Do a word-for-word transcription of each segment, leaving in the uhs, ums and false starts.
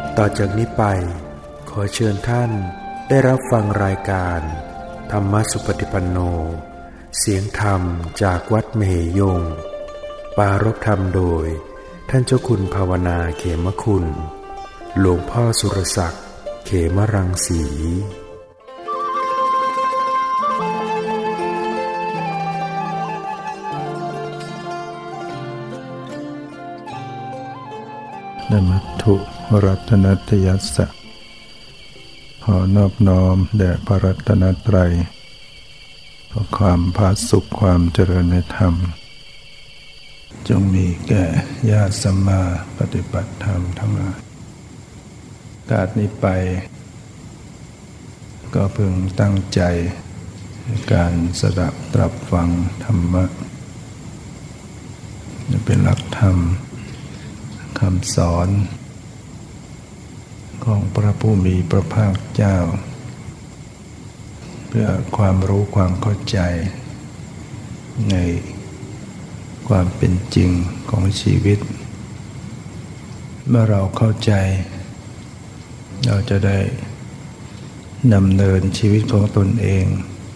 ต่อจากนี้ไปขอเชิญท่านได้รับฟังรายการธรรมสุปฏิปันโนเสียงธรรมจากวัดมเหยงปารภธรรมโดยท่านเจ้าคุณภาวนาเขมคุณหลวงพ่อสุรศักดิ์เขมรังสีนมัตถุรัตนัตยัสสะขอนอบน้อมแด่พระรัตนตรัยขอความผาสุกความเจริญในธรรมจงมีแก่ญาติสัมมาปฏิบัติธรรมทั้งหลายกาลนี้ไปก็พึงตั้งใจในการสดับตรับฟังธรรมะเป็นหลักธรรมคำสอนของพระผู้มีพระภาคเจ้าเพื่อความรู้ความเข้าใจในความเป็นจริงของชีวิตเมื่อเราเข้าใจเราจะได้ดำเนินชีวิตของตนเอง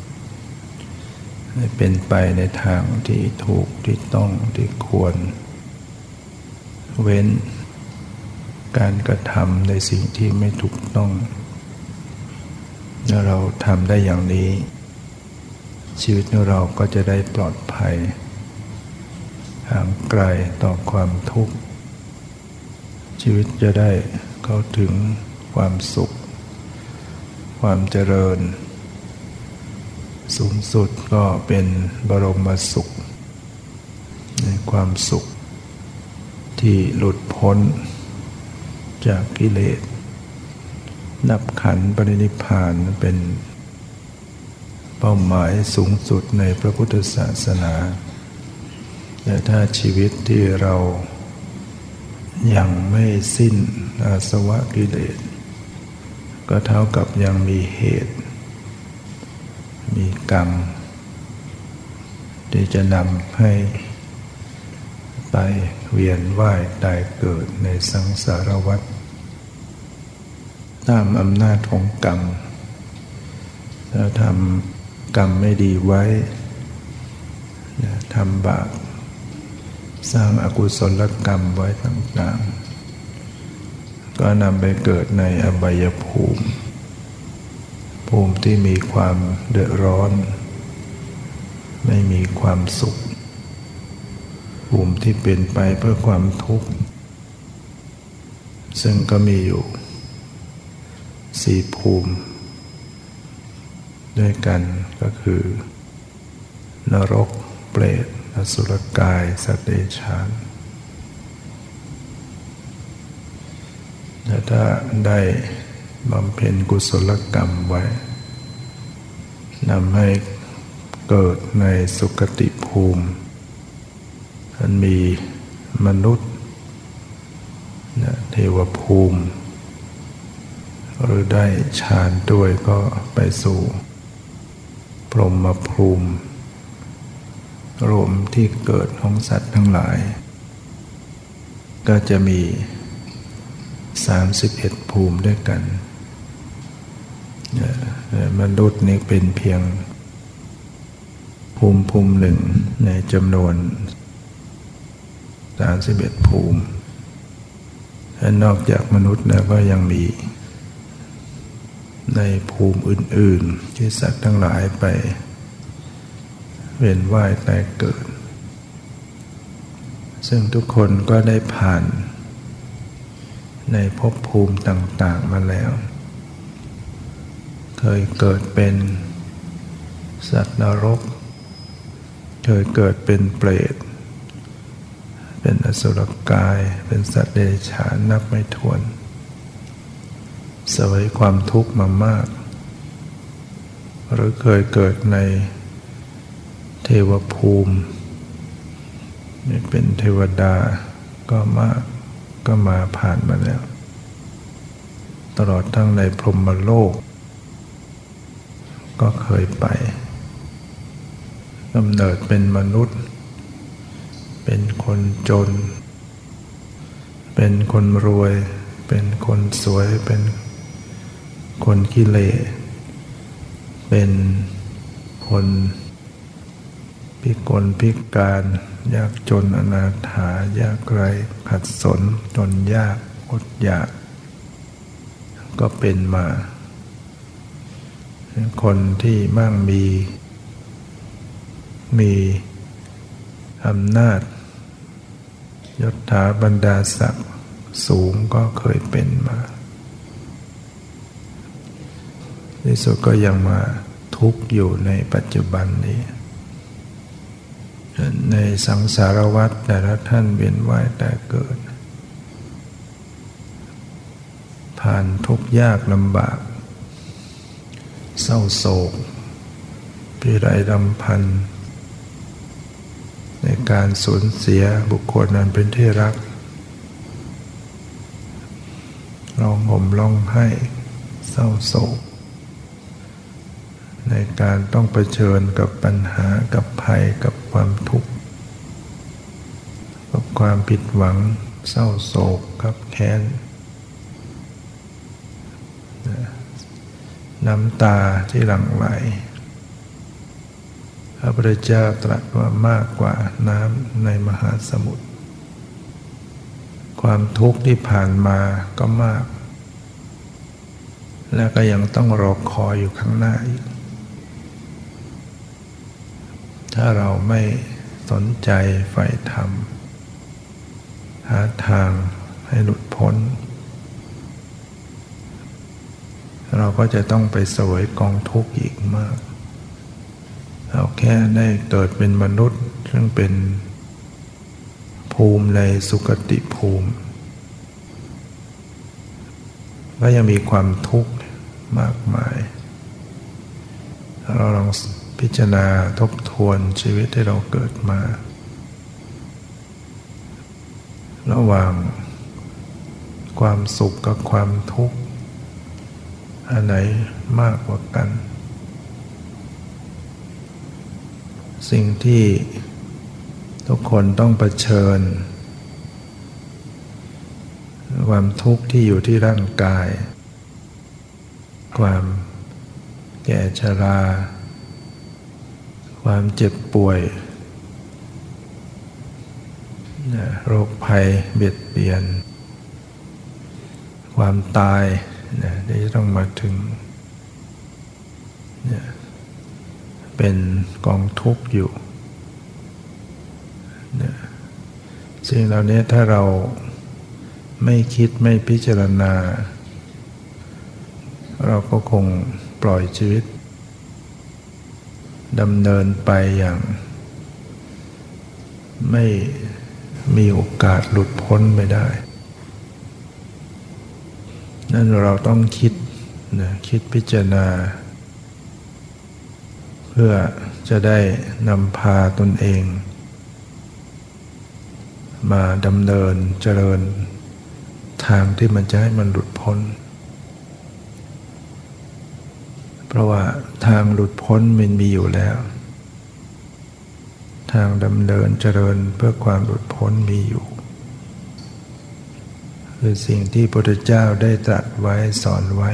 ให้เป็นไปในทางที่ถูกที่ต้องที่ควรเว้นการกระทำในสิ่งที่ไม่ถูกต้องถ้าเราทำได้อย่างนี้ชีวิตของเราก็จะได้ปลอดภัยห่างไกลต่อความทุกข์ชีวิตจะได้เข้าถึงความสุขความเจริญสูงสุดก็เป็นบรมสุขในความสุขที่หลุดพ้นจากกิเลสดับขันธ์ปรินิพพานเป็นเป้าหมายสูงสุดในพระพุทธศาสนาแต่ถ้าชีวิตที่เรายังไม่สิ้นอาสวะกิเลสก็เท่ากับยังมีเหตุมีกรรมที่จะนำให้ไปเวียนว่ายตายเกิดในสังสารวัฏตามอำนาจของกรรมถ้าทำกรรมไม่ดีไว้ทำบาปสร้างอกุศลกรรมไว้ต่างๆก็นำไปเกิดในอบายภูมิภูมิที่มีความเดือดร้อนไม่มีความสุขภูมิที่เป็นไปเพื่อความทุกข์ซึ่งก็มีอยู่สี่ภูมิด้วยกันก็คือนรกเปรตอสุรกายสัตว์เดรัจฉานแต่ถ้าได้บำเพ็ญกุศลกรรมไว้นำให้เกิดในสุคติภูมิอันมีมนุษย์เทวภูมิหรือได้ฌานด้วยก็ไปสู่พรหมภูมิรวมที่เกิดของสัตว์ทั้งหลายก็จะมีสามสิบเอ็ดภูมิด้วยกันมนุษย์นี่เป็นเพียงภูมิภูมิหนึ่งในจำนวนสามสิบเอ็ดภูมิและนอกจากมนุษย์แล้วก็ยังมีในภูมิอื่นๆที่สัตว์ทั้งหลายไปเวียนว่ายตายเกิดซึ่งทุกคนก็ได้ผ่านในภพภูมิต่างๆมาแล้วเคยเกิดเป็นสัตว์นรกเคยเกิดเป็นเปรตเป็นอสุรกายเป็นสัตว์เดรัจฉานนับไม่ถ้วนเสวยความทุกข์มามากหรือเคยเกิดในเทวภูมิเป็นเทวดาก็มากก็มาผ่านมาแล้วตลอดทั้งในพรหมโลกก็เคยไปกำเนิดเป็นมนุษย์เป็นคนจนเป็นคนรวยเป็นคนสวยเป็นคนขี้เหร่เป็นคนพิกลพิการยากจนอนาถายากไร้ขัดสนจนยากอดอยากก็เป็นมาคนที่มั่งมีมีอำนาจยศถาบรรดาศักดิ์สูงก็เคยเป็นมาที่สุดก็ยังมาทุกข์อยู่ในปัจจุบันนี้ในสังสารวัฏแต่ละท่านเวียนว่ายแต่เกิดผ่านทุกข์ยากลำบากเศร้าโศกพิไรรำพันในการสูญเสียบุคคลนั้นเป็นที่รักร้องห่มร้องไห้เศร้าโศกในการต้องเผชิญกับปัญหากับภัยกับความทุกข์กับความผิดหวังเศร้าโศกกับแค้นน้ำตาที่หลั่งไหลพระพุทธเจ้าตรัสว่ามากกว่าน้ำในมหาสมุทรความทุกข์ที่ผ่านมาก็มากและก็ยังต้องรอคอยอยู่ข้างหน้าอีกถ้าเราไม่สนใจใฝ่ธรรมหาทางให้หลุดพ้นเราก็จะต้องไปเสวยกองทุกข์อีกมากเราแค่ได้เกิดเป็นมนุษย์ซึ่งเป็นภูมิในสุคติภูมิก็ยังมีความทุกข์มากมายเราลองพิจารณาทบทวนชีวิตที่เราเกิดมาระหว่างความสุขกับความทุกข์อันไหนมากกว่ากันสิ่งที่ทุกคนต้องเผชิญความทุกข์ที่อยู่ที่ร่างกายความแก่ชราความเจ็บป่วยโรคภัยเบียดเบียนความตายที่จะต้องมาถึงเป็นกองทุกข์อยู่สิ่งเหล่านี้ถ้าเราไม่คิดไม่พิจารณาเราก็คงปล่อยชีวิตดำเนินไปอย่างไม่มีโอกาสหลุดพ้นไปได้นั่นเราต้องคิดนะคิดพิจารณาเพื่อจะได้นำพาตนเองมาดำเนินเจริญทางที่มันจะให้มันหลุดพ้นเพราะว่าทางหลุดพ้นมันมีอยู่แล้วทางดำเนินเจริญเพื่อความหลุดพ้นมีอยู่คือสิ่งที่พระพุทธเจ้าได้ตรัสไว้สอนไว้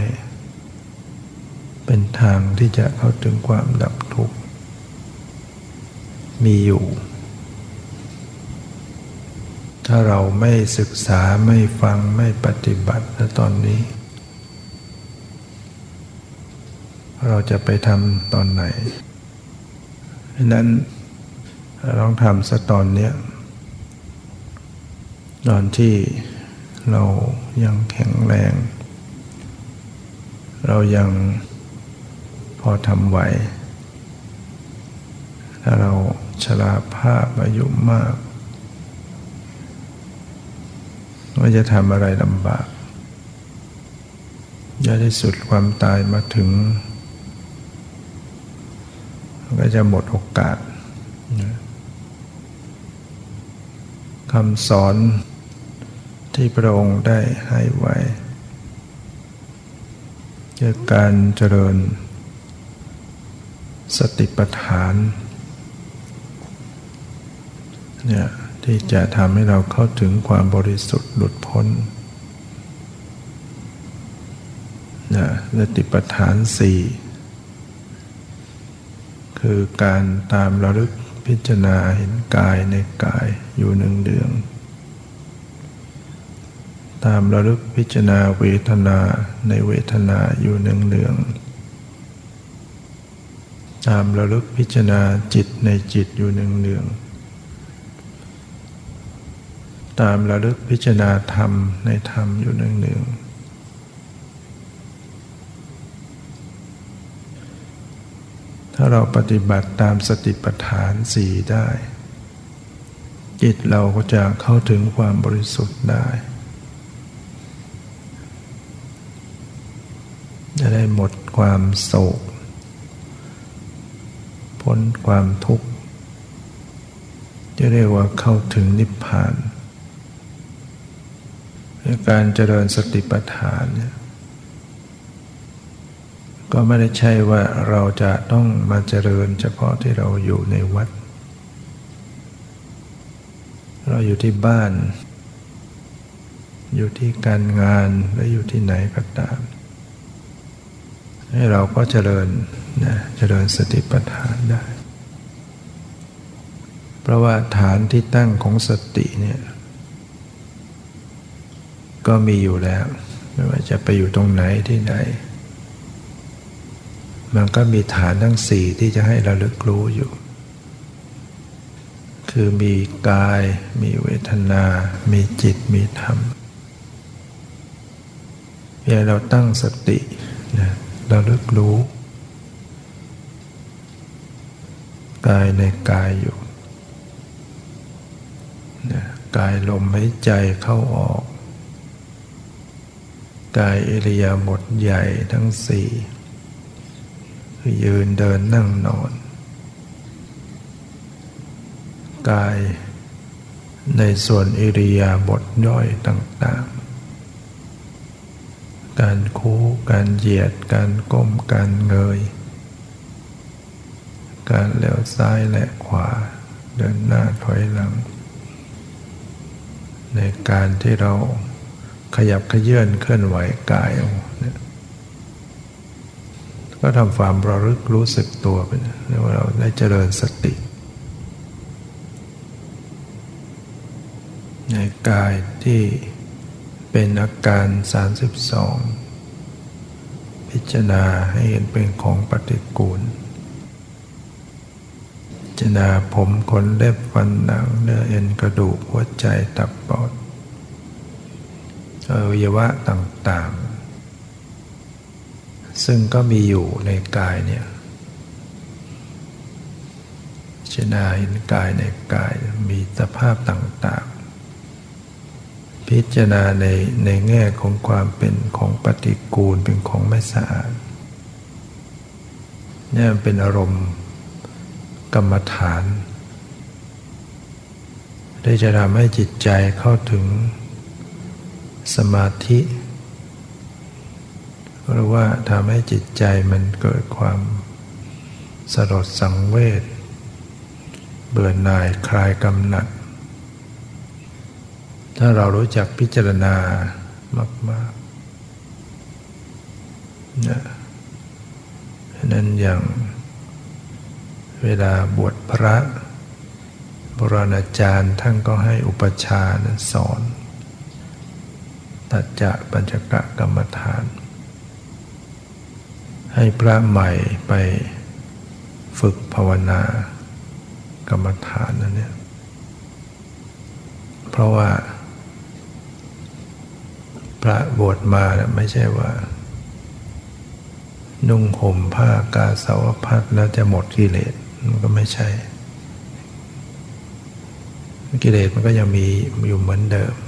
เป็นทางที่จะเข้าถึงความดับทุกข์มีอยู่ถ้าเราไม่ศึกษาไม่ฟังไม่ปฏิบัติณตอนนี้เราจะไปทำตอนไหนดังนั้นเราต้องทำซะตอนนี้ตอนที่เรายังแข็งแรงเรายังพอทำไหวถ้าเราชราภาพอายุมากว่าจะทำอะไรลำบากอย่าได้สุดความตายมาถึงก็จะหมดโอกาสคำสอนที่พระองค์ได้ให้ไว้เกี่ยวกับการเจริญสติปัฏฐานเนี่ยที่จะทำให้เราเข้าถึงความบริสุทธิ์หลุดพ้นนะสติปัฏฐานสี่คือการตามระลึกพิจารณาเห็นกายในกายอยู่เนืองๆตามระลึกพิจารณาเวทนาในเวทนาอยู่เนืองๆตามระลึกพิจารณาจิตในจิตอยู่เนืองๆตามระลึกพิจารณาธรรมในธรรมอยู่เนืองๆถ้าเราปฏิบัติตามสติปัฏฐานสี่ได้จิตเราก็จะเข้าถึงความบริสุทธิ์ได้จะได้หมดความโศกพ้นความทุกข์จะเรียกว่าเข้าถึงนิพพานการเจริญสติปัฏฐานเนี่ยก็ไม่ได้ใช่ว่าเราจะต้องมาเจริญเฉพาะที่เราอยู่ในวัดเราอยู่ที่บ้านอยู่ที่การงานหรืออยู่ที่ไหนก็ตามให้เราก็เจริญนะเจริญสติปัฏฐานได้เพราะว่าฐานที่ตั้งของสติเนี่ยก็มีอยู่แล้วไม่ว่าจะไปอยู่ตรงไหนที่ไหนมันก็มีฐานทั้งสี่ที่จะให้ระลึกรู้อยู่คือมีกายมีเวทนามีจิตมีธรรมเพียงเราตั้งสตินะระลึกรู้กายในกายอยู่นะกายลมหายใจเข้าออกกายอิริยาบถใหญ่ทั้งสี่คือยืนเดินนั่งนอนกายในส่วนอิริยาบถย่อยต่างๆการคู้การเหยียดการก้มการเงยการเลี้ยวซ้ายและขวาเดินหน้าถอยหลังในการที่เราขยับเขยื้อนเคลื่อนไหวกายเนี่ยก็ทำความระลึกรู้สึกตัวไปนะเรียกว่าเราได้เจริญสติในกายที่เป็นอาการสามสิบสองพิจารณาให้เห็นเป็นของปฏิกูลพิจารณาผมขนเล็บฟันหนังเนื้อเอ็นกระดูกหัวใจตับปอดอวัยวะต่างๆซึ่งก็มีอยู่ในกายเนี่ยพิจารณาเห็นกายในกายมีสภาพต่างๆพิจารณาในในแง่ของความเป็นของปฏิกูลเป็นของไม่สะอาดนี่เป็นอารมณ์กรรมฐานที่จะทำให้จิตใจเข้าถึงสมาธิหรือว่าทำให้จิตใจมันเกิดความสลดสังเวชเบื่อหน่ายคลายกำหนัดถ้าเรารู้จักพิจารณามากๆนะนั้นอย่างเวลาบวชพระโบราณอาจารย์ท่านก็ให้อุปชฌาย์สอนตัจจะปัญจกกรรมฐานให้พระใหม่ไปฝึกภาวนากรรมฐานนั่นเนี่ยเพราะว่าพระบวชมาไม่ใช่ว่านุ่งห่มผ้ากาสาวพัสแล้วจะหมดกิเลสมันก็ไม่ใช่กิเลสมันก็ยังมีอยู่เหมือนเดิม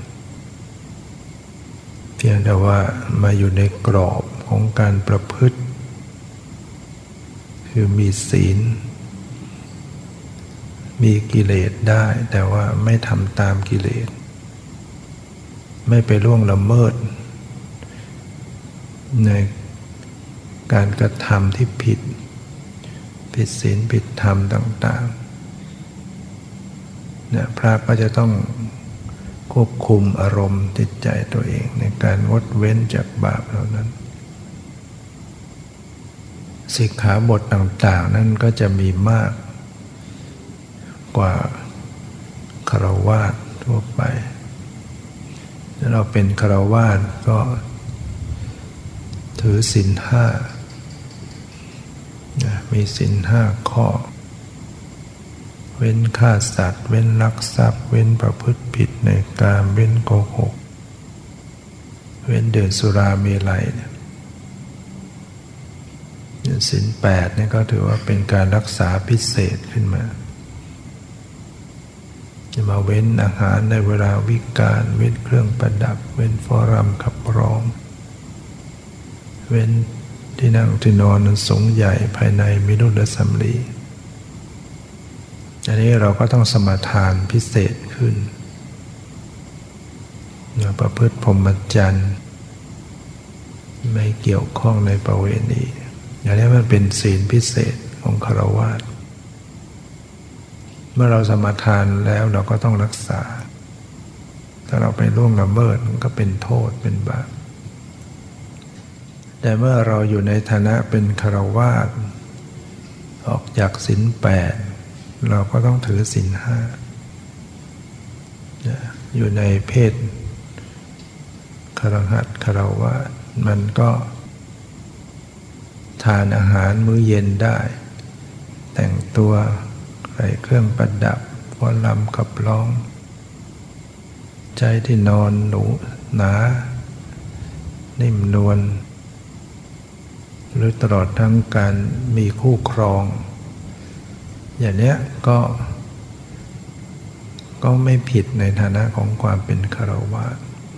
เพียงแต่ว่ามาอยู่ในกรอบของการประพฤติคือมีศีลมีกิเลสได้แต่ว่าไม่ทำตามกิเลสไม่ไปล่วงละเมิดในการกระทำที่ผิดผิดศีลผิดธรรมต่างๆเนี่ยพระก็จะต้องควบคุมอารมณ์จิตใจตัวเองในการงดเว้นจากบาปเหล่านั้นสิกขาบทต่างๆนั้นก็จะมีมากกว่าฆราวาสทั่วไปถ้าเราเป็นฆราวาสก็ถือศีลห้ามีศีลห้าข้อเว้นฆ่าสัตว์เว้นลักทรัพย์เว้นประพฤติผิดในกามเว้นโกหกเว้นดื่มสุราเมลัยเนี่ยศีลแปดนี่ก็ถือว่าเป็นการรักษาพิเศษขึ้นมาจะมาเว้นอาหารในเวลาวิกาลเว้นเครื่องประดับเว้นฟอรัมขับร้องเว้นที่นั่งที่นอนนั้นสูงใหญ่ภายในมินุสสัมลีอันนี้เราก็ต้องสมาทานพิเศษขึ้นประพฤติพรหมจรรย์ไม่เกี่ยวข้องในประเวณีอย่างนี้มันเป็นศีลพิเศษของฆราวาสเมื่อเราสมาทานแล้วเราก็ต้องรักษาถ้าเราไปล่วงละเมิดมันก็เป็นโทษเป็นบาปแต่เมื่อเราอยู่ในฐานะเป็นฆราวาสออกจากศีลแปดเราก็ต้องถือศีลห้าอยู่ในเพศคฤหัสถ์ฆราวาสมันก็ทานอาหารมื้อเย็นได้แต่งตัวใส่เครื่องประดับฟ้อนรำขับร้องใจที่นอนหนูหนานิ่มนวลหรือตลอดทั้งการมีคู่ครองอย่างเนี้ยก็ก็ไม่ผิดในฐานะของความเป็นฆราวาส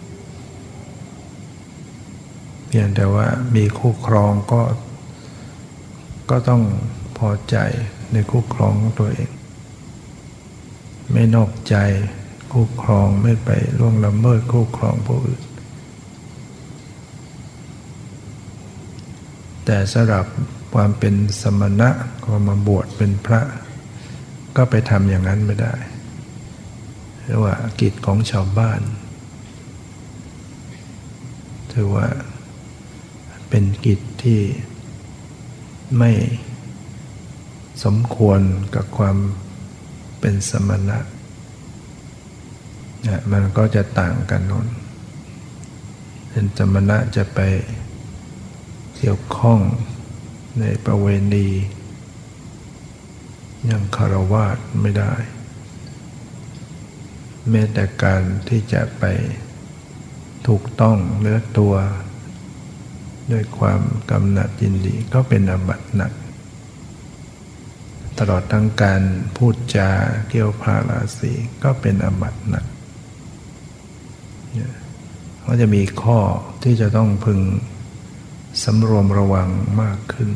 เพียงแต่ว่ามีคู่ครองก็ก็ต้องพอใจในคู่ครองของตัวเองไม่นอกใจคู่ครองไม่ไปล่วงละเมิดคู่ครองผู้อื่นแต่สำหรับความเป็นสมณะก็มาบวชเป็นพระก็ไปทำอย่างนั้นไม่ได้เรียกว่ากิจของชาวบ้านถือว่าเป็นกิจที่ไม่สมควรกับความเป็นสมณะเนี่ยมันก็จะต่างกันนนเป็นสมณะจะไปเกี่ยวข้องในประเวณีอย่างฆราวาสไม่ได้แม้แต่การที่จะไปถูกต้องเนื้อตัวด้วยความกำหนัดยินดีก็เป็นอาบัติหนักตลอดทั้งการพูดจาเกี่ยวพาราสีก็เป็นอาบัติหนักก็จะมีข้อที่จะต้องพึงสำรวมระวังมากขึ้น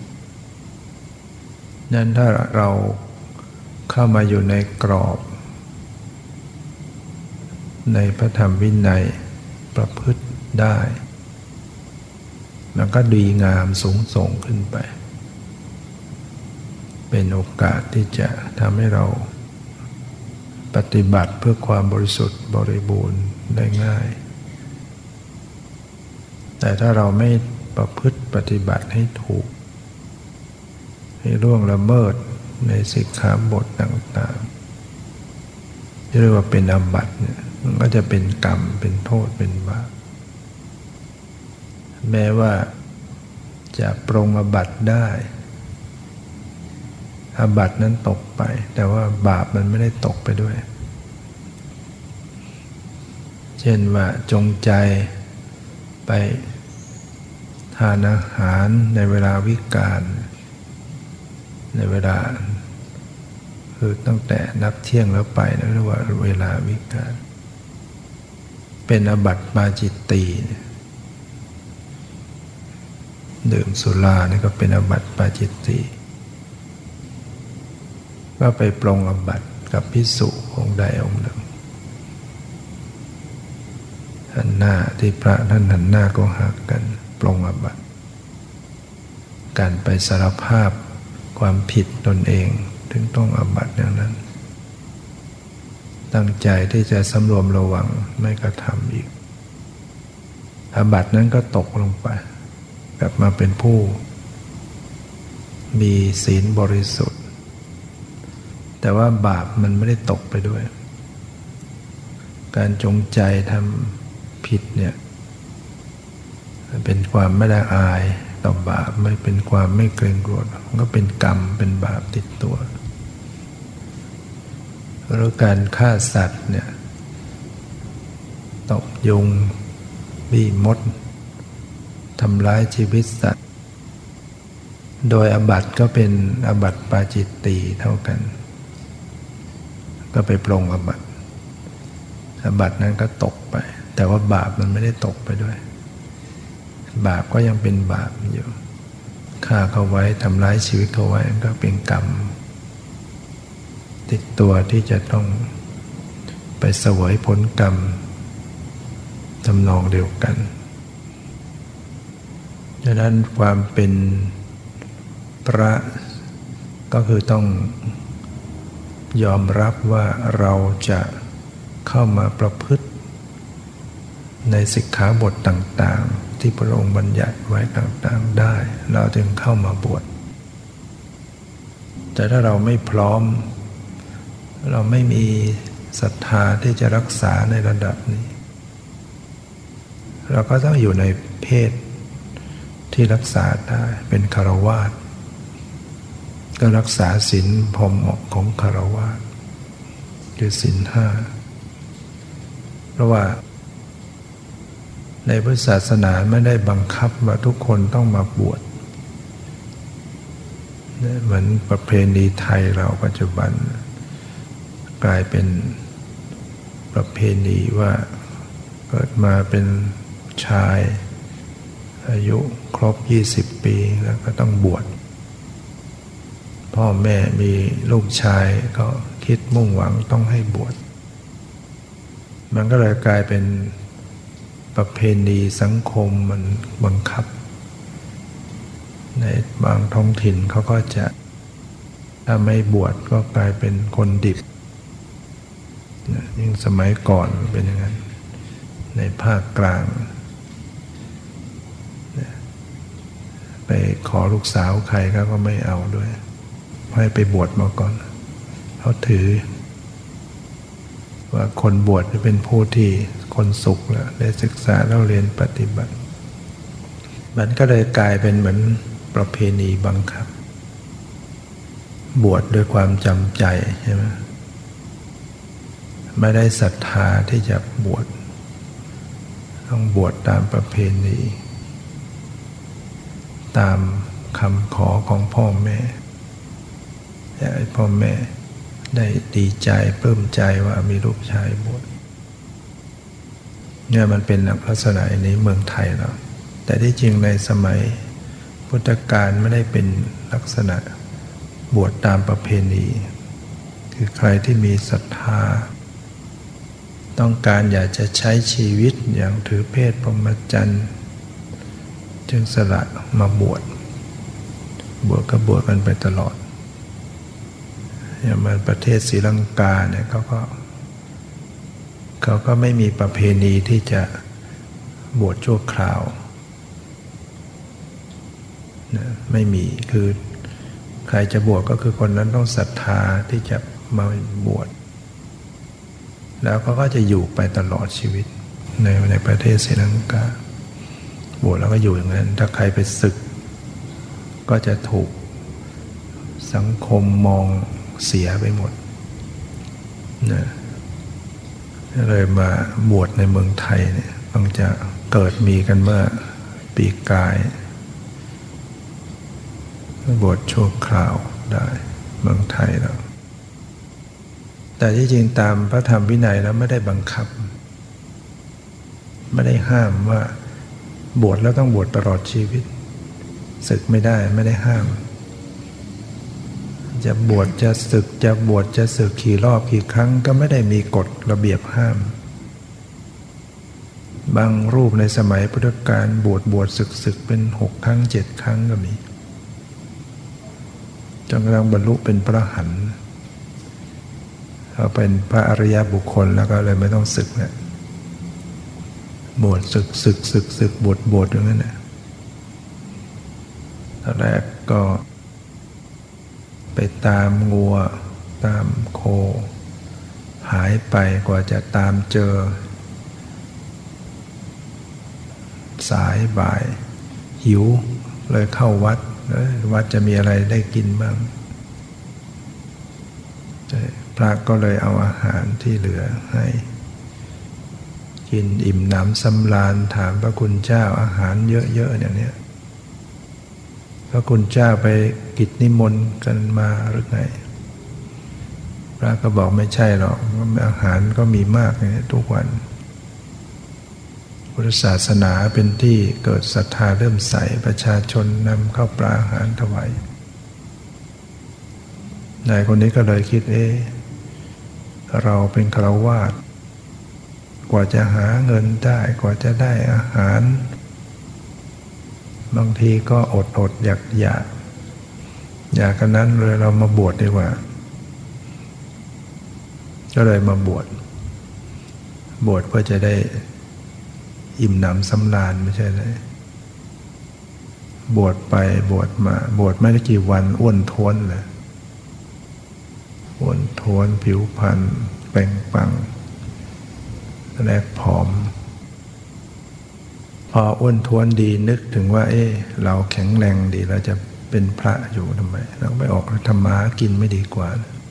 นั้นถ้าเราเข้ามาอยู่ในกรอบในพระธรรมวินัยประพฤติได้มันก็ดีงามสูงส่งขึ้นไปเป็นโอกาสที่จะทำให้เราปฏิบัติเพื่อความบริสุทธิ์บริบูรณ์ได้ง่ายแต่ถ้าเราไม่ประพฤติปฏิบัติให้ถูกให้ล่วงละเมิดในสิกขาบทต่างๆที่เรียกว่าเป็นอาบัติเนี่ยมันก็จะเป็นกรรมเป็นโทษเป็นบาปแม้ว่าจะปรงอาบัติได้อาบัตินั้นตกไปแต่ว่าบาปมันไม่ได้ตกไปด้วยเช่นว่าจงใจไปทานอาหารในเวลาวิกาลในเวลาคือตั้งแต่นับเที่ยงแล้วไปนะเรียกว่าเวลาวิกาลเป็นอาบัติปาจิตตีดื่มสุรานี่ก็เป็นอาบัติปาจิตตีก็ไปปรงอาบัติกับภิกษุองค์ใดองค์หนึ่งหันหน้าที่พระท่านหันหน้าก็หักกันปรงอาบัติการไปสารภาพความผิดตนเองถึงต้องอาบัติอย่างนั้นตั้งใจที่จะสำรวมระวังไม่กระทำอีกอาบัตินั้นก็ตกลงไปกลับมาเป็นผู้มีศีลบริสุทธิ์แต่ว่าบาปมันไม่ได้ตกไปด้วยการจงใจทำผิดเนี่ยมันเป็นความไม่ละอายต่อบาปไม่เป็นความไม่เกรงกลัวมันก็เป็นกรรมเป็นบาปติดตัวแล้วการฆ่าสัตว์เนี่ยตบยุงบี้มดทำร้ายชีวิตสัตว์โดยอาบัติก็เป็นอาบัติปาจิตตีเท่ากันก็ไปปรงอาบัติอาบัตินั้นก็ตกไปแต่ว่าบาปมันไม่ได้ตกไปด้วยบาปก็ยังเป็นบาปอยู่ฆ่าเขาไว้ทำร้ายชีวิตเขาไว้ก็เป็นกรรมติดตัวที่จะต้องไปเสวยผลกรรมทำนองเดียวกันดังนั้นความเป็นพระก็คือต้องยอมรับว่าเราจะเข้ามาประพฤติในสิกขาบทต่างๆที่พระองค์บัญญัติไว้ต่างๆได้เราจึงเข้ามาบวชแต่ถ้าเราไม่พร้อมเราไม่มีศรัทธาที่จะรักษาในระดับนี้เราก็ต้องอยู่ในเพศที่รักษาได้เป็นฆราวาสก็รักษาศีลพอเหมาะของฆราวาสคือศีลห้าเพราะว่าในพุทธศาสนาไม่ได้บังคับว่าทุกคนต้องมาบวชเหมือนประเพณีไทยเราปัจจุบันกลายเป็นประเพณีว่าเกิดมาเป็นชายอายุครบยี่สิบปีแล้วก็ต้องบวชพ่อแม่มีลูกชายก็คิดมุ่งหวังต้องให้บวชมันก็เลยกลายเป็นประเพณีสังคมมันบังคับในบางท้องถิ่นเขาก็จะถ้าไม่บวชก็กลายเป็นคนดิบยิ่งสมัยก่อนเป็นอย่างนั้นในภาคกลางไปขอลูกสาวใครเขาก็ไม่เอาด้วยให้ไปบวชมาก่อนเขาถือว่าคนบวชจะเป็นผู้ที่คนสุขแล้วได้ศึกษาแล้วเรียนปฏิบัติมันก็เลยกลายเป็นเหมือนประเพณีบังคับบวชด้วยความจำใจใช่ไหมไม่ได้ศรัทธาที่จะบวชต้องบวชตามประเพณีตามคำขอของพ่อแม่อยากให้พ่อแม่ได้ดีใจปลื้มใจว่ามีลูกชายบวชเนี่ยมันเป็นลักษณะในเมืองไทยเราแต่ที่จริงในสมัยพุทธกาลไม่ได้เป็นลักษณะบวชตามประเพณีคือใครที่มีศรัทธาต้องการอยากจะใช้ชีวิตอย่างถือเพศพรหมจรรย์จึงสละมาบวชบวชก็บวชกันไปตลอดอย่างมาประเทศศรีลังกาเนี่ยเขาก็เขาก็ไม่มีประเพณีที่จะบวชชั่วคราวนะไม่มีคือใครจะบวชก็คือคนนั้นต้องศรัทธาที่จะมาบวชแล้วเขาก็จะอยู่ไปตลอดชีวิตในในประเทศศรีลังกาบวชแล้วก็อยู่อย่างนั้นถ้าใครไปศึกก็จะถูกสังคมมองเสียไปหมดนะเลยมาบวชในเมืองไทยเนี่ยต้องจะเกิดมีกันเมื่อปีกายบวชชั่วคราวได้เมืองไทยเราแต่ที่จริงตามพระธรรมวินัยแล้วไม่ได้บังคับไม่ได้ห้ามว่าบวชแล้วต้องบวชตลอดชีวิตศึกไม่ได้ไม่ได้ห้ามจะบวชจะศึกจะบวชจะศึกกี่รอบกี่ครั้งก็ไม่ได้มีกฎระเบียบห้ามบางรูปในสมัยพุทธกาลบวชบวชศึกศึกเป็นหกครั้งเจ็ดครั้งก็มีจนกระทั่งบรรลุเป็นพระอรหันต์เขาเป็นพระอริยบุคคลแล้วก็เลยไม่ต้องศึกแล้วบวชศึกศึกศึกศึกบวชบวชอย่างนั้นนะตอนแรกก็ไปตามงัวตามโคหายไปกว่าจะตามเจอสายบ่ายหิวเลยเข้าวัดวัดจะมีอะไรได้กินบ้างพระก็เลยเอาอาหารที่เหลือให้กินอิ่มหนำสำราญถามพระคุณเจ้าอาหารเยอะๆอย่างนี้พระคุณเจ้าไปกิจนิมนต์กันมาหรือไงพระก็บอกไม่ใช่หรอกอาหารก็มีมากทุกวันพุทธศาสนาเป็นที่เกิดศรัทธาเริ่มใสประชาชนนำข้าวปลาอาหารถวายนายคนนี้ก็เลยคิดเอ๊ะเราเป็นฆราวาสกว่าจะหาเงินได้กว่าจะได้อาหารบางทีก็อดอดอยากอยากอยากกันนั้นเลยเรามาบวชดีกว่าก็เลยมาบวชบวชเพื่อจะได้อิ่มหนำสำราญไม่ใช่เลยบวชไปบวชมาบวชไม่ได้กี่วันอ้วนท้วนเลยอ้วนท้วนผิวพรรณเปล่งปลั่งแรกผอมพออ้วนท้วนดีนึกถึงว่าเอ๊ะเราแข็งแรงดีเราจะเป็นพระอยู่ทำไมเราไปออกธรรมะกินไม่ดีกว่า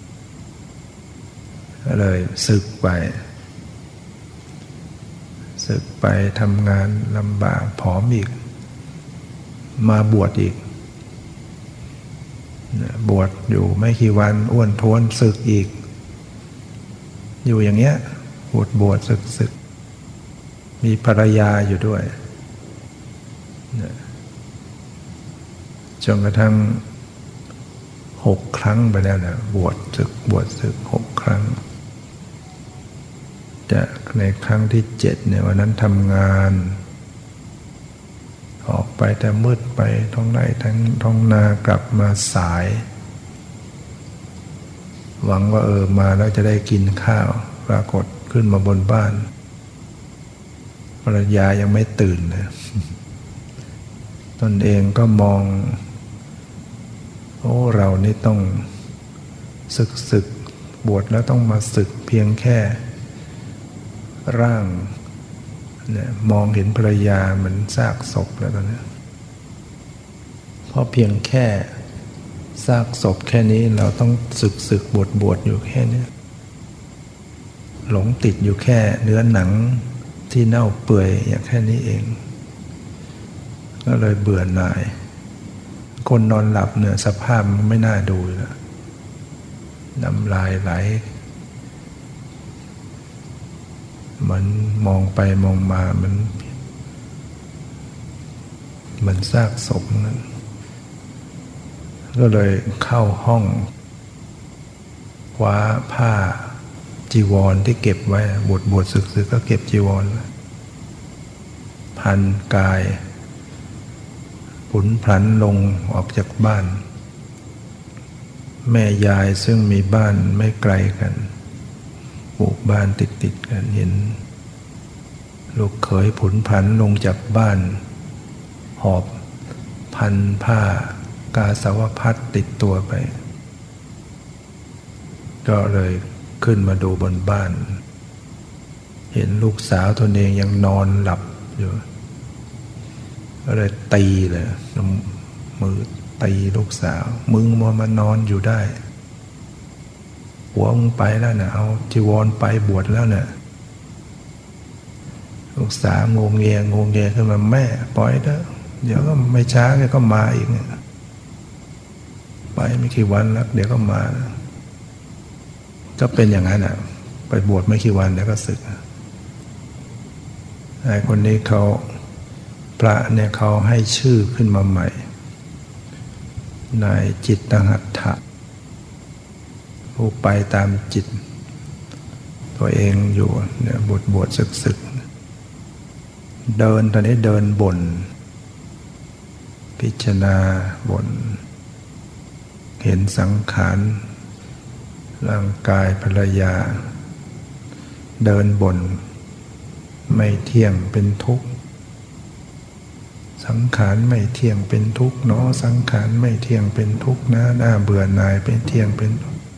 ก็เลยสึกไปสึกไปทำงานลำบากผอมอีกมาบวชอีกบวชอยู่ไม่กี่วันอ้วนท้วนสึกอีกอยู่อย่างเงี้ยบวชบวชสึกสึกมีภรรยาอยู่ด้วยจนกระทั่งหกครั้งไปแล้วนะบวชสึกบวชสึกหกครั้งจะในครั้งที่เจ็ดเนี่ยวันนั้นทำงานออกไปแต่มืดไปท้องไร่ทั้งท้องนากลับมาสายหวังว่าเออมาแล้วจะได้กินข้าวปรากฏขึ้นมาบนบ้านภรรยายังไม่ตื่นเลยตนเองก็มองโอ้เรานี่ต้องศึกศึกบวชแล้วต้องมาศึกเพียงแค่ร่างเนี่ยมองเห็นภรรยาเหมือนซากศพแล้วตอนนี้เพราะเพียงแค่ซากศพแค่นี้เราต้องศึกศึกบวชบวชอยู่แค่นี้หลงติดอยู่แค่เนื้อหนังที่เน่าเปื่อยอย่างแค่นี้เองก็เลยเบื่อหน่ายคนนอนหลับเนี่ยสภาพมันไม่น่าดูแล้วน้ำลายไหลมันมองไปมองมามันมันซากศพนั้นก็เลยเข้าห้องคว้าผ้าจีวรที่เก็บไว้บวชบวชศึกศึกก็เก็บจีวรพันกายผุนพลันลงออกจากบ้านแม่ยายซึ่งมีบ้านไม่ไกลกันปลูกบ้านติดติดกันเห็นลูกเขยผุนผันลงจากบ้านหอบพันผ้ากาสาวพัดติดตัวไปก็เลยขึ้นมาดูบนบ้านเห็นลูกสาวตนเองยังนอนหลับอยู่ก็เลยตีเลยมือตีลูกสาวมึงมามานอนอยู่ได้หัวมึงไปแล้วนะเอาจีวรไปบวชแล้วนะลูกสาวงงเงียงงเงียขึ้นมาแม่ปล่อยเถอะเดี๋ยวก็ไม่ช้าแกก็มาอีกเนี่ยไปไม่กี่วันแล้วเดี๋ยวก็มาก็เป็นอย่างนั้นอ่ะไปบวชไม่กี่วันแล้วก็สึกไอ้คนนี้เขาพระเนี่ยเขาให้ชื่อขึ้นมาใหม่นายจิตตหัตถะผู้ไปตามจิตตัวเองอยู่เนี่ยบวชบวชศึกศึกเดินตอนนี้เดินบ่นพิจารณาบ่นเห็นสังขารร่างกายภรรยาเดินบ่นไม่เที่ยงเป็นทุกข์สังขารไม่เที่ยงเป็นทุกข์เนาะสังขารไม่เที่ยงเป็นทุกข์นะน่าเบื่อหน่ายเป็นเที่ยงเป็น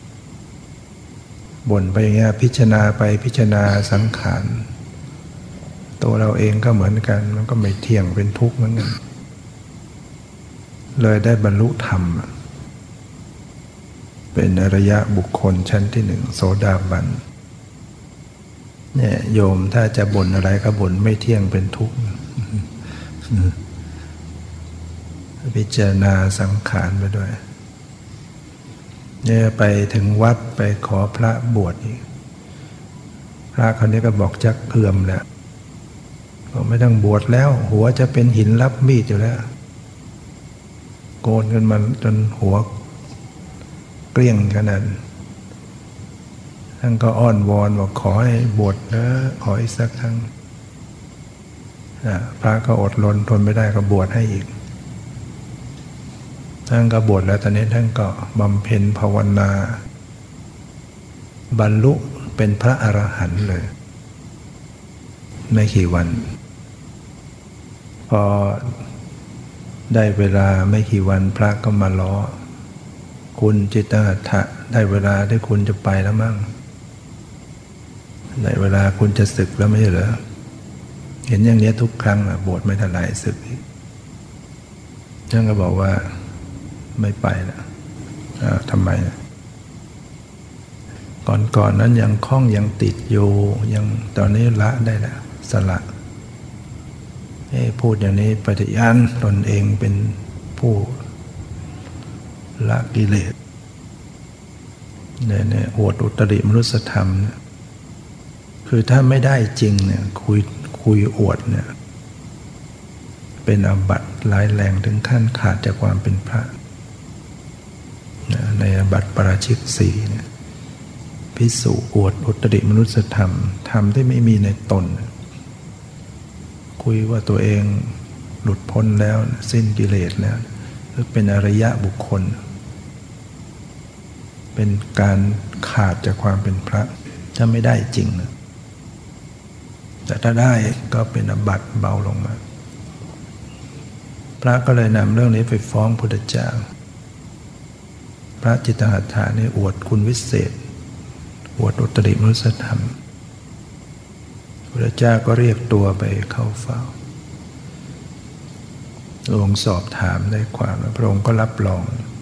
บ่นไปอย่างเงี้ยพิจารณาไปพิจารณาสังขารตัวเราเองก็เหมือนกันมันก็ไม่เที่ยงเป็นทุกข์เหมือนกันเลยได้บรรลุธรรมเป็นอริยบุคคลชั้นที่หนึ่งโสดาบันเนี่ยโยมถ้าจะบ่นอะไรก็บ่นไม่เที่ยงเป็นทุกข์พิจารณาสังขารไปด้วยเนี่ยไปถึงวัดไปขอพระบวชอีกพระคนนี้ก็บอกจักเคื่อมแล้วบอกไม่ต้องบวชแล้วหัวจะเป็นหินรับมีดอยู่แล้วโกนกันมาจนหัวเกลี้ยงขนาดท่านก็อ้อนวอนบอกขอให้บวชนะขออีกสักครั้งพระก็อดรนทนไม่ได้ก็บวชให้อีกท่านก็บวชแล้วตอนนี้ท่านก็บำเพ็ญภาวนาบรรลุเป็นพระอรหันต์เลยไม่กี่วันพอได้เวลาไม่กี่วันพระก็มาล้อคุณจิตตหัตถะได้เวลาที่คุณจะไปแล้วมั้งได้เวลาคุณจะศึกแล้วไม่ใช่เหรอเห็นอย่างนี้ทุกครั้งนะบวชไม่ทันไรศึกอีกท่านก็บอกว่าไม่ไปแล้วทำไมก่อนๆ นั้นยังคล้องยังติดอยู่ยังตอนนี้ละได้แล้วสละพูดอย่างนี้ปฏิญาณตนเองเป็นผู้ละกิเลสเนี่ยเนี่ยอวดอุตริมนุสธรรมเนี่ยคือถ้าไม่ได้จริงเนี่ยคุยคุยอวดเนี่ยเป็นอาบัติร้ายแรงถึงขั้นขาดจากความเป็นพระในอาบัติปาราชิกสี่เนี่ยภิกษุอวดอุตริมนุสธรรมธรรมที่ไม่มีในตนคุยว่าตัวเองหลุดพ้นแล้วสิ้นกิเลสแล้วหรือเป็นอริยะบุคคลเป็นการขาดจากความเป็นพระถ้าไม่ได้จริงนะแต่ถ้าได้ก็เป็นอาบัติเบาลงมาพระก็เลยนำเรื่องนี้ไปฟ้องพุทธเจ้าพระจิตตหัตถะนี่อวดคุณวิเศษอวดอุตริมนุสธรรมพระเจ้าก็เรียกตัวไปเข้าเฝ้าพระองค์สอบถามได้ความพระองค์ก็รับรอง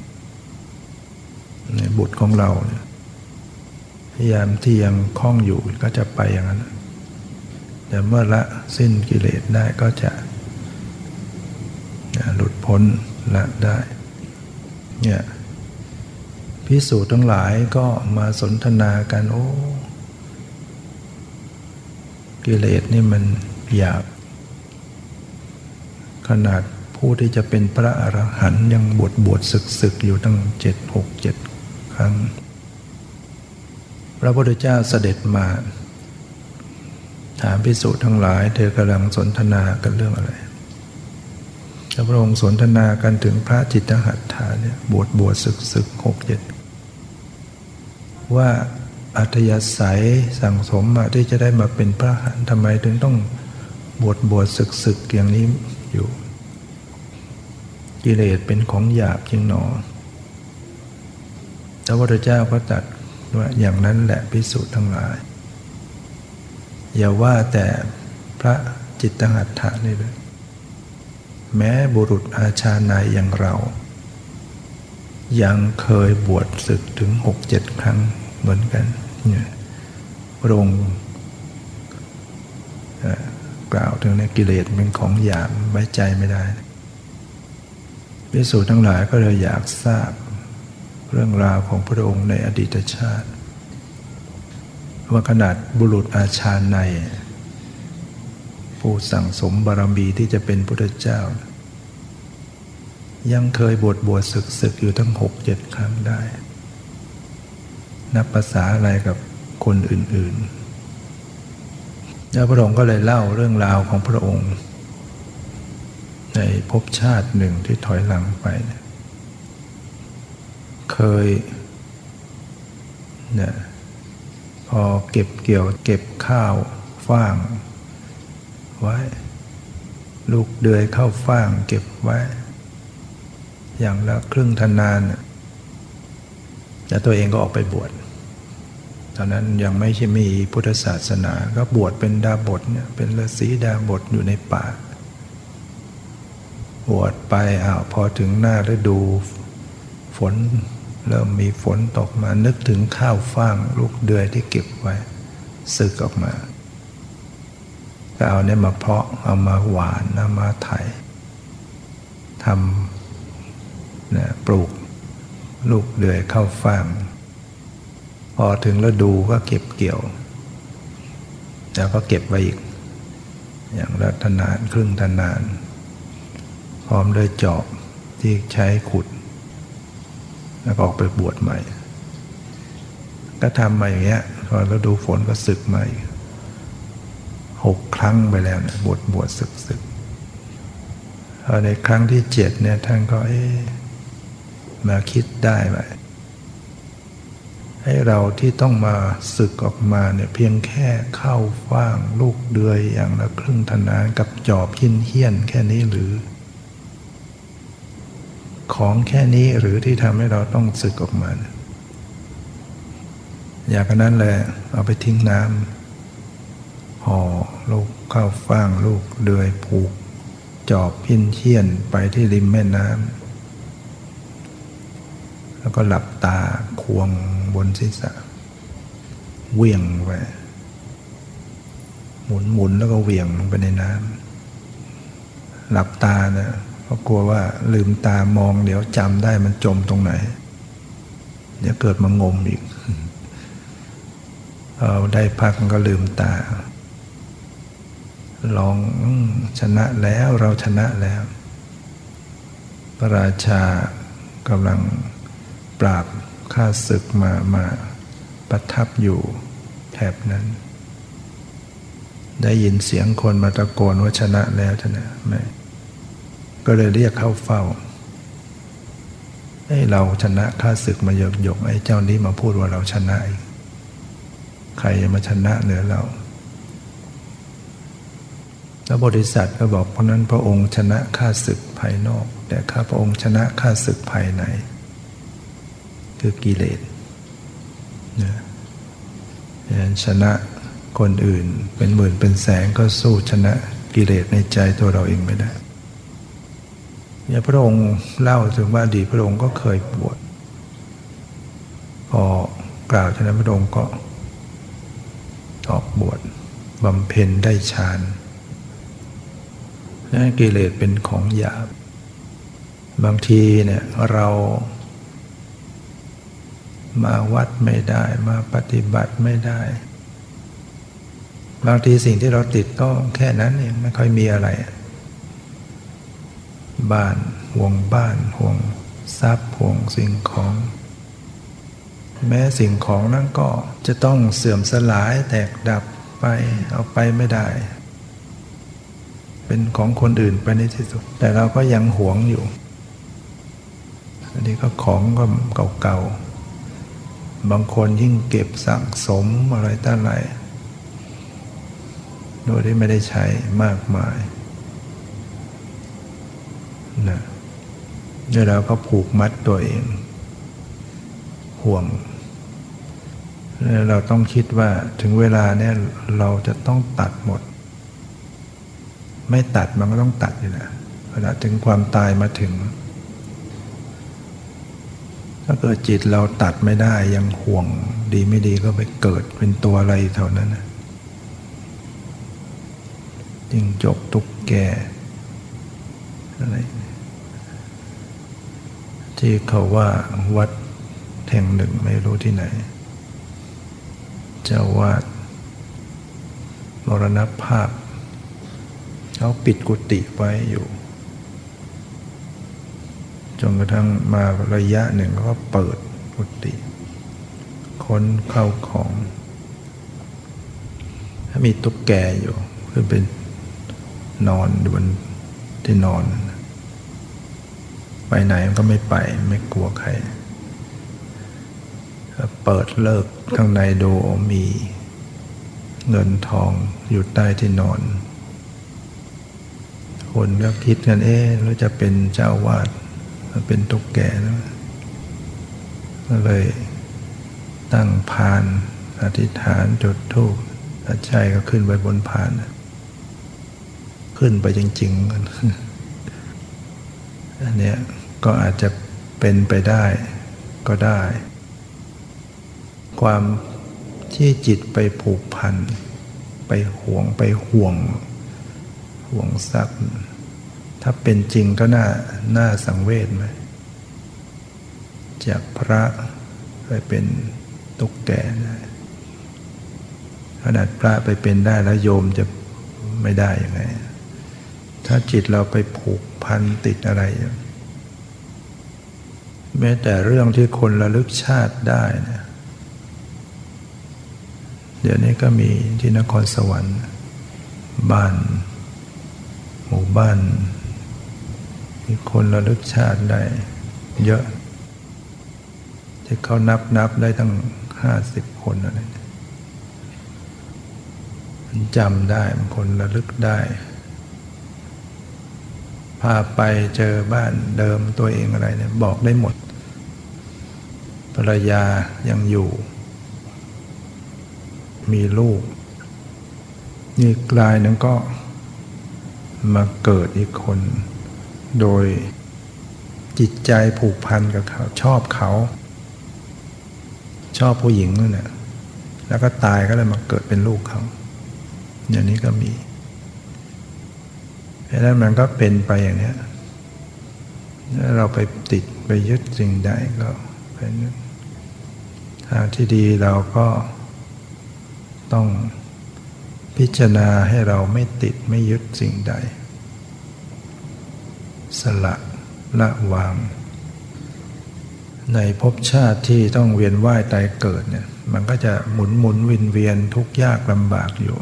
ในบุตรของเราเนี่ยพยายามที่ยังคล้องอยู่ก็จะไปอย่างนั้นแต่เมื่อละสิ้นกิเลสได้ก็จะหลุดพ้นละได้เนี่ยภิกษุทั้งหลายก็มาสนทนากันโอ้กิเลสนี่มันหยาบขนาดผู้ที่จะเป็นพระอรหันต์ยังบวชบวชศึกศึกอยู่ตั้งเจ็ดหกเจ็ดครั้งพระพุทธเจ้าเสด็จมาถามภิกษุทั้งหลายเธอกำลังสนทนากันเรื่องอะไรพระองค์สนทนากันถึงพระจิตตหัตถะเนี่ยบวชบวชศึกศึกหกเจ็ดว่าอัธยาศัยสั่งสมมาที่จะได้มาเป็นพระอรหันต์ทำไมถึงต้องบวชบวชศึกศึกอย่างนี้อยู่กิเลสเป็นของหยาบจริงหนอพระพุทธเจ้าก็ตรัสว่าอย่างนั้นแหละภิกษุทั้งหลายอย่าว่าแต่พระจิตตหัตถะนี่เลยแม้บุรุษอาชาไนยอย่างเรายังเคยบวชศึกถึงหกเจ็ดครั้งเหมือนกันเนี่ยพระองค์กล่าวถึงในกิเลสเป็นของหยาบไว้ใจไม่ได้ภิกษุทั้งหลายก็เลยอยากทราบเรื่องราวของพระองค์ในอดีตชาติว่าขนาดบุรุษอาชาไนยผู้สั่งสมบารมีที่จะเป็นพุทธเจ้ายังเคยบวชบวชศึกศึกอยู่ตั้งหกเจ็ดครั้งได้นับภาษาอะไรกับคนอื่นๆแล้วพระองค์ก็เลยเล่าเรื่องราวของพระองค์ในภพชาติหนึ่งที่ถอยหลังไปเคยเนี่ยพอเก็บเกี่ยวเก็บข้าวฟ่างไว้ลูกเดือยเข้าฟ่างเก็บไว้อย่างละครึ่งทนานแล้วตัวเองก็ออกไปบวชตอนนั้นยังไม่ใช่มีพุทธศาสนาก็บวชเป็นดาบสเนี่ยเป็นฤาษีดาบสอยู่ในป่าบวชไปอ้าวพอถึงหน้าฤดูฝนเริ่มมีฝนตกมานึกถึงข้าวฟ่างลูกเดือยที่เก็บไว้สึกออกมาก็เอาเนี่ยมาเพาะเอามาหวานเอามาไถทำเนี่ยปลูกลูกเดือยข้าวฟ่างพอถึงฤดูก็เก็บเกี่ยวแล้วก็เก็บไว้อีกอย่างละทนานครึ่งทนานพร้อมด้วยจอบที่ใช้ขุดแล้วก็ออกไปบวชใหม่ก็ทำมาอย่างเงี้ยพอฤดูฝนก็สึกมาอีกหกครั้งไปแล้วเนี่ยบวชบวชศึกศึกพอในครั้งที่เจ็ดเนี่ยท่านก็เอ๊ะมาคิดได้ไหมให้เราที่ต้องมาศึกออกมาเนี่ยเพียงแค่เข้าฟ่างลูกเดือยอย่างละครึ่งทนานกับจอบหินเหี้ยนแค่นี้หรือของแค่นี้หรือที่ทำให้เราต้องศึกออกมาอย่างนั้นเลยเอาไปทิ้งน้ำห่อลูกเข้าฟ่างลูกเดือยผูกจอบหินเหี้ยนไปที่ริมแม่น้ำแล้วก็หลับตาควงบนศีรษะเหวี่ยงไปหมุนหมุนแล้วก็เหวี่ยงลงไปในน้ำหลับตานะเพราะกลัวว่าลืมตามองเดี๋ยวจำได้มันจมตรงไหนเดี๋ยวเกิดมางมอีกเอาได้พักมันก็ลืมตาลองชนะแล้วเราชนะแล้วพระราชากำลังปราบข้าศึกมามาประทับอยู่แถบนั้นได้ยินเสียงคนมาตะโกนว่าชนะแล้วชนะไม่ก็เลยเรียกเข้าเฝ้าให้เราชนะข้าศึกมาหยกหยกไอ้เจ้านี้มาพูดว่าเราชนะอีกใครจะมาชนะเหนือเราแล้วบริษัทก็บอกเพราะนั้นพระองค์ชนะข้าศึกภายนอกแต่ข้าพระองค์ชนะข้าศึกภายในคือกิเลสนะชนะคนอื่นเป็นหมื่นเป็นแสนก็สู้ชนะกิเลสในใจตัวเราเองไม่ได้เนี่ยพระองค์เล่าถึงว่าอดีตพระองค์ก็เคยบวชพอกล่าวฉะนั้นพระองค์ก็ออกบวชบำเพ็ญได้ฌานนั่นกิเลสเป็นของหยาบบางทีเนี่ยเรามาวัดไม่ได้มาปฏิบัติไม่ได้บางทีสิ่งที่เราติดก็แค่นั้นเองไม่ค่อยมีอะไรบ้านห่วงบ้านห่วงทรัพย์ห่วงสิ่งของแม้สิ่งของนั้นก็จะต้องเสื่อมสลายแตกดับไปเอาไปไม่ได้เป็นของคนอื่นไปในที่สุดแต่เราก็ยังหวงอยู่อันนี้ก็ของก็เก่าๆบางคนยิ่งเก็บสะสมอะไรต่างๆโดยที่ไม่ได้ใช้มากมายนะแล้วเราก็ผูกมัดตัวเองห่วงเราต้องคิดว่าถึงเวลาเนี่ยเราจะต้องตัดหมดไม่ตัดมันก็ต้องตัดอยู่แล้วเวลาถึงความตายมาถึงถ้าเกิดจิตเราตัดไม่ได้ยังห่วงดีไม่ดีก็ไปเกิดเป็นตัวอะไรเท่านั้นนะจิ้งจกตุ๊กแกอะไรที่เขาว่าวัดแห่งหนึ่งไม่รู้ที่ไหนเจ้าวาดมรณภาพเขาปิดกุฏิไว้อยู่จนกระทั่งมาระยะหนึ่งก็เปิดกุฏิค้นเข้าของถ้ามีตุ๊กแกอยู่ขึ้นเป็นนอนอยู่บนที่นอนไปไหนมันก็ไม่ไปไม่กลัวใครเปิดเลิกข้างในดูมีเงินทองอยู่ใต้ที่นอนคนก็คิดกันเอ๊ะหรือจะเป็นเจ้าวาดมันเป็นตุ๊กแกนะก็เลยตั้งพานอธิษฐานจุดธูปถ้าใช่ก็ขึ้นไปบนพานขึ้นไปจริงๆกันอันเนี้ยก็อาจจะเป็นไปได้ก็ได้ ความที่จิตไปผูกพันไปหวงไปห่วงห่วงทรัพย์ถ้าเป็นจริงก็น่าน่าสังเวชไหมจากพระไปเป็นตุ๊กแกได้ขนาดพระไปเป็นได้แล้วโยมจะไม่ได้ยังไงถ้าจิตเราไปผูกพันติดอะไรแม้แต่เรื่องที่คนระลึกชาติได้นะเดี๋ยวนี้ก็มีที่นครสวรรค์บ้านหมู่บ้านมีคนระลึกชาติได้เยอะที่เขานับนับได้ตั้งห้าสิบคนอะไรมันจำได้บางคนระลึกได้พาไปเจอบ้านเดิมตัวเองอะไรเนี่ยบอกได้หมดภรรยายังอยู่มีลูกนี่กลายนั้นก็มาเกิดอีกคนโดยจิตใจผูกพันกับเขาชอบเขาชอบผู้หญิงนั่นแหละแล้วก็ตายก็เลยมาเกิดเป็นลูกเขาอย่างนี้ก็มีเพราะนั้นมันก็เป็นไปอย่างนี้ถ้าเราไปติดไปยึดสิ่งใดก็เป็นทางที่ดีเราก็ต้องพิจารณาให้เราไม่ติดไม่ยึดสิ่งใดสละละวางในภพชาติที่ต้องเวียนว่ายตายเกิดเนี่ยมันก็จะหมุนหมุนวินเวียนทุกข์ยากลำบากอยู่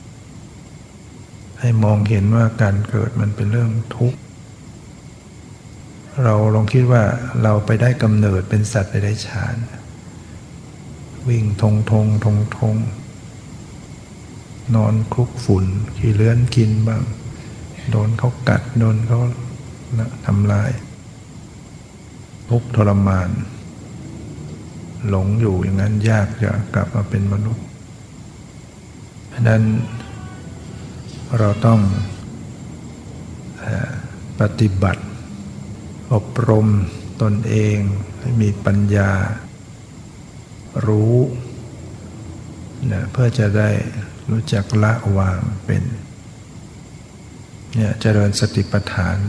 ให้มองเห็นว่าการเกิดมันเป็นเรื่องทุกข์เราลองคิดว่าเราไปได้กำเนิดเป็นสัตว์ได้ฉานวิ่งทงทงทงทงนอนคลุกฝุ่นขี้เลื้อนกินบ้างโดนเขากัดโดนเขาทำลายทุกข์ทรมานหลงอยู่อย่างนั้นยากจะกลับมาเป็นมนุษย์เพราะนั้นเราต้องปฏิบัติอบรมตนเองให้มีปัญญารู้นะเพื่อจะได้รู้จักละวางเป็นเนี่ยเจริญสติปัฏฐาน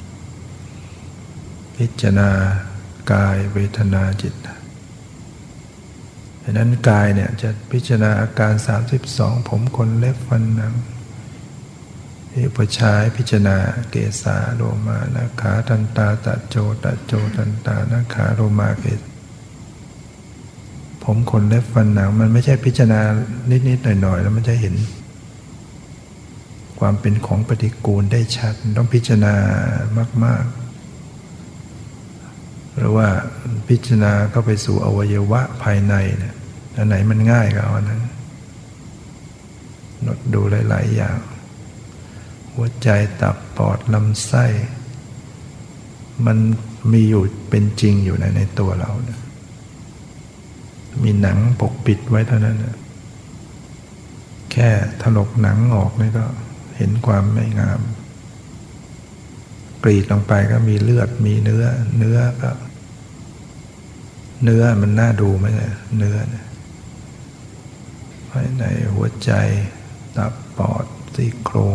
พิจารณากายเวทนาจิตดังนั้นกายเนี่ยจะพิจารณาอาการสามสิบสองผมขนเล็บฟันหนังที่อุปชายพิจารณาเกสาโลมานาขาทันตาตะโจตะโจทันตานาขาโลมาเกสผมขนเล็บฟันหนังมันไม่ใช่พิจารณานิดๆหน่อยๆแล้วมันจะเห็นความเป็นของปฏิกูลได้ชัดต้องพิจารณามากๆหรือว่าพิจารณาเข้าไปสู่อวัยวะภายในเนี่ยอันไหนมันง่ายก็เอาอันนั้นนดดูหลายๆอย่างหัวใจตับปอดลำไส้มันมีอยู่เป็นจริงอยู่ในในตัวเราเนี่ยมีหนังปกปิดไว้เท่านั้นนะแค่ถลกหนังออกนี่ก็เห็นความไม่งามกรีดลงไปก็มีเลือดมีเนื้อเนื้อก็เนื้อมันน่าดูไหมเนี่ยเนื้อเนี่ยภายในหัวใจตับปอดซี่โครง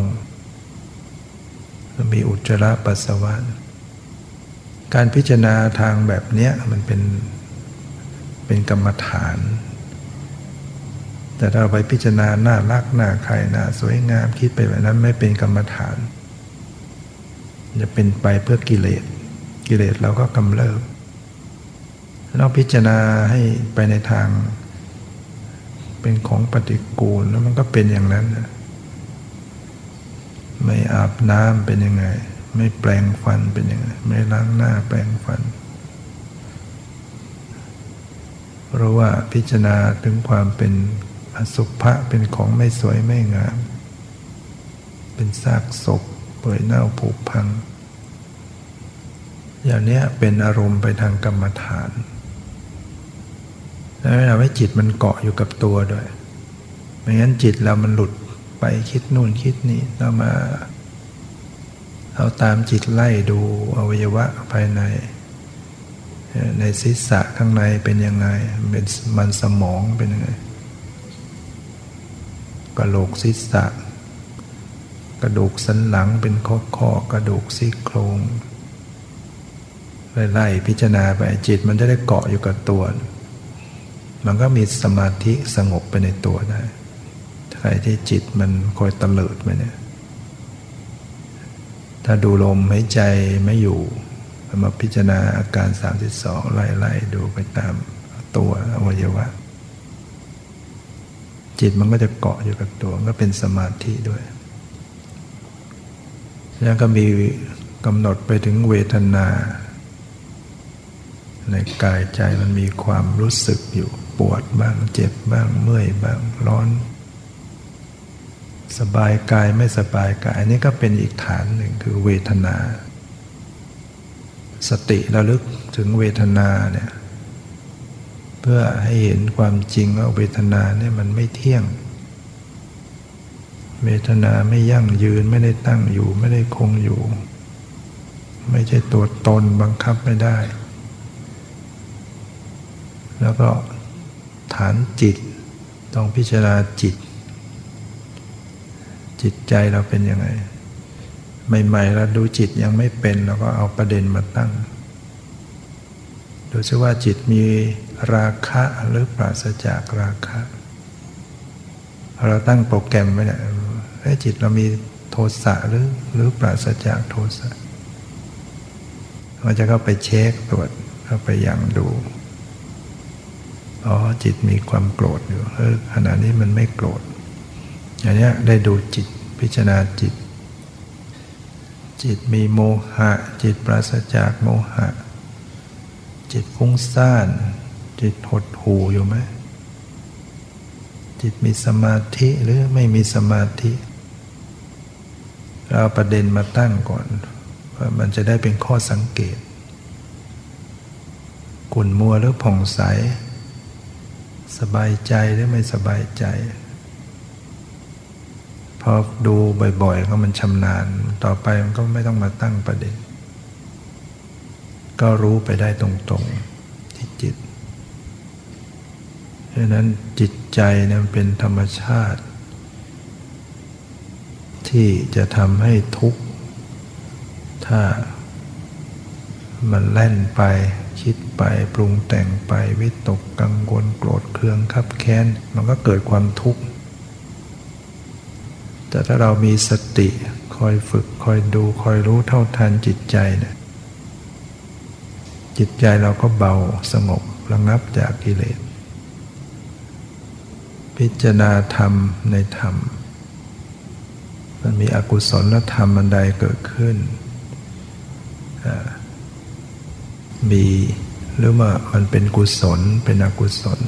มีอุจจาระปัสสาวะการพิจารณาทางแบบเนี้ยมันเป็นเป็นกรรมฐานแต่ถ้าเราไปพิจารณาหน้ารักหน้าใครหน้าสวยงามคิดไปแบบนั้นไม่เป็นกรรมฐานจะเป็นไปเพื่อกิเลสกิเลสเราก็กำเริบเราพิจารณาให้ไปในทางเป็นของปฏิกูลแล้วมันก็เป็นอย่างนั้นไม่อาบน้ำเป็นยังไงไม่แปรงฟันเป็นยังไงไม่ล้างหน้าแปรงฟันเพราะว่าพิจารณาถึงความเป็นอสุภะเป็นของไม่สวยไม่งามเป็นซากศพเปื่อยเน่าผุพังอย่างนี้เป็นอารมณ์ไปทางกรรมฐานแล้วทำให้จิตมันเกาะอยู่กับตัวด้วยไม่งั้นจิตเรามันหลุดไปคิดนู่นคิดนี่เรามาเอาตามจิตไล่ดูอวัยวะภายในในศีรษะข้างในเป็นยังไงเป็นมันสมองเป็นยังไงกระโหลกศีรษะกระดูกสันหลังเป็นข้อข้อกระดูกซี่โครงไล่พิจารณาไปจิตมันจะได้เกาะอยู่กับตัวมันก็มีสมาธิสงบไปในตัวได้ใครที่จิตมันคอยตะเลิดไปเนี่ยถ้าดูลมหายใจไม่อยู่มาพิจารณาอาการสามสิบสองไล่ๆดูไปตามตัวอวัยวะจิตมันก็จะเกาะอยู่กับตัวก็เป็นสมาธิด้วยแล้วก็มีกำหนดไปถึงเวทนาในกายใจมันมีความรู้สึกอยู่ปวดบ้างเจ็บบ้างเมื่อยบ้างร้อนสบายกายไม่สบายกายอันนี้ก็เป็นอีกฐานหนึ่งคือเวทนาสติระลึกถึงเวทนาเนี่ยเพื่อให้เห็นความจริงว่าเวทนาเนี่ยมันไม่เที่ยงเวทนาไม่ยั่งยืนไม่ได้ตั้งอยู่ไม่ได้คงอยู่ไม่ใช่ตัวตนบังคับไม่ได้แล้วก็ฐานจิตต้องพิจารณาจิตจิตใจเราเป็นยังไงใหม่ๆเราดูจิตยังไม่เป็นเราก็เอาประเด็นมาตั้งดูซิว่าจิตมีราคะหรือปราศจากราคะเราตั้งโปรแกรมไว้เนี่ยจิตเรามีโทสะหรือหรือปราศจากโทสะเราจะเข้าไปเช็คตรวจเข้าไปยังดูอ๋อจิตมีความโกรธอยู่เออขณะนี้มันไม่โกรธอย่างนี้ได้ดูจิตพิจารณาจิตจิตมีโมหะจิตปราศจากโมหะจิตฟุ้งซ่านจิตหดหู่อยู่ไหมจิตมีสมาธิหรือไม่มีสมาธิเราเอาประเด็นมาตั้งก่อนว่ามันจะได้เป็นข้อสังเกตขุ่นมัวหรือผ่องใสสบายใจหรือไม่สบายใจพอดูบ่อยๆก็มันชำนาญต่อไปมันก็ไม่ต้องมาตั้งประเด็นก็รู้ไปได้ตรงๆที่จิตเพราะนั้นจิตใจเนี่ยมันเป็นธรรมชาติที่จะทำให้ทุกข์ถ้ามันแล่นไปคิดไปปรุงแต่งไปวิตกกังวลโกรธเคืองคับแค้นมันก็เกิดความทุกข์แต่ถ้าเรามีสติคอยฝึกคอยดูคอยรู้เท่าทันจิตใจเนี่ยจิตใจเราก็เบาสงบระงับจากกิเลสพิจารณาธรรมในธรรมมันมีอกุศลธรรมอันใดเกิดขึ้นมีหรือว่ามันเป็นกุศลเป็นอกุศล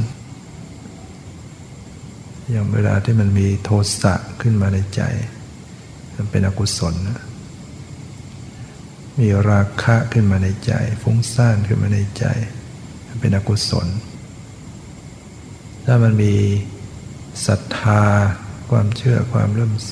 อย่างเวลาที่มันมีโทสะขึ้นมาในใจมันเป็นอกุศลนะมีราคะขึ้นมาในใจฟุ้งซ่านขึ้นมาในใจมันเป็นอกุศลถ้ามันมีศรัทธาความเชื่อความเลื่อมใส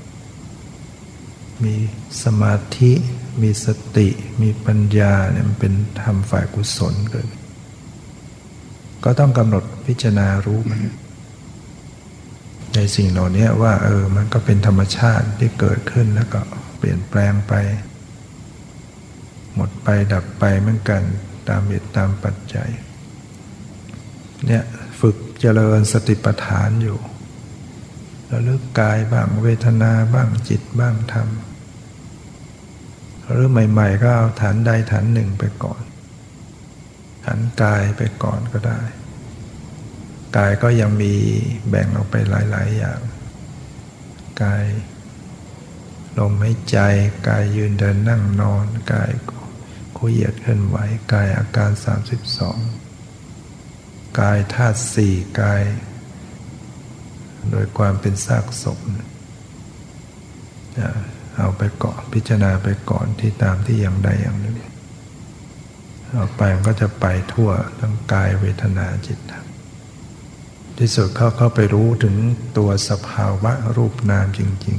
มีสมาธิมีสติมีปัญญาเนี่ยมันเป็นธรรมฝ่ายกุศลเกิดก็ต้องกำหนดพิจารณารู้มันในสิ่งเหล่านี้ว่าเออมันก็เป็นธรรมชาติที่เกิดขึ้นแล้วก็เปลี่ยนแปลงไปหมดไปดับไปเหมือนกันตามเหตุตามปัจจัยเนี่ยฝึกเจริญสติปัฏฐานอยู่ระลึกกายบ้างเวทนาบ้างจิตบ้างธรรมหรือใหม่ๆก็เอาฐานใดฐานหนึ่งไปก่อนฐานกายไปก่อนก็ได้กายก็ยังมีแบ่งออกไปหลายๆอย่างกายลมหายใจกายยืนเดินนั่งนอนกายคู่เหยียดเคลื่อนไหวกายอาการสามสิบสองกายธาตุสี่กายโดยความเป็นซากศพเอาไปเกาะพิจารณาไปก่อนที่ตามที่อย่างใดอย่างหนึ่งเอาไปมันก็จะไปทั่วทั้งกายเวทนาจิตธรรมที่สุดเขาเข้าไปรู้ถึงตัวสภาวะรูปนามจริง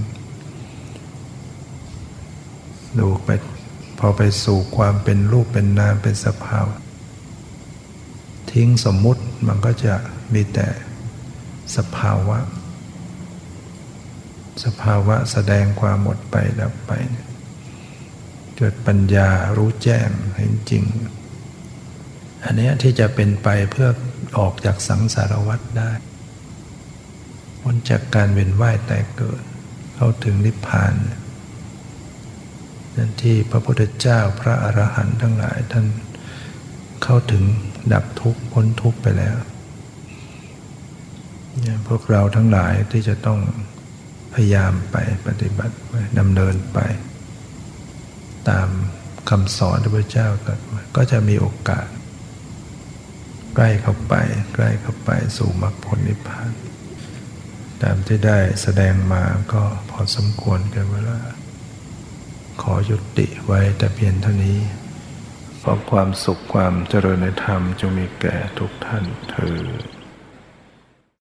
ๆดูไปพอไปสู่ความเป็นรูปเป็นนามเป็นสภาวะทิ้งสมมุติมันก็จะมีแต่สภาวะสภาวะแสดงความหมดไปดับไปเกิดปัญญารู้แจ้งเห็นจริงอันนี้ที่จะเป็นไปเพื่อออกจากสังสารวัฏได้พ้นจากการเวียนว่ายตายเกิดเข้าถึงนิพพานนั่นที่พระพุทธเจ้าพระอรหันต์ทั้งหลายท่านเข้าถึงดับทุกข์พ้นทุกข์ไปแล้วพวกเราทั้งหลายที่จะต้องพยายามไปปฏิบัติไปดำเนินไปตามคำสอนที่พระเจ้าตรัสมาก็จะมีโอกาสใกล้เข้าไปใกล้เข้าไปสู่มรรคผลนิพพานตามที่ได้แสดงมาก็พอสมควรแก่เวลาขอยุติไว้แต่เพียงเท่านี้ขอความสุขความเจริญในธรรมจงมีแก่ทุกท่านเทอญ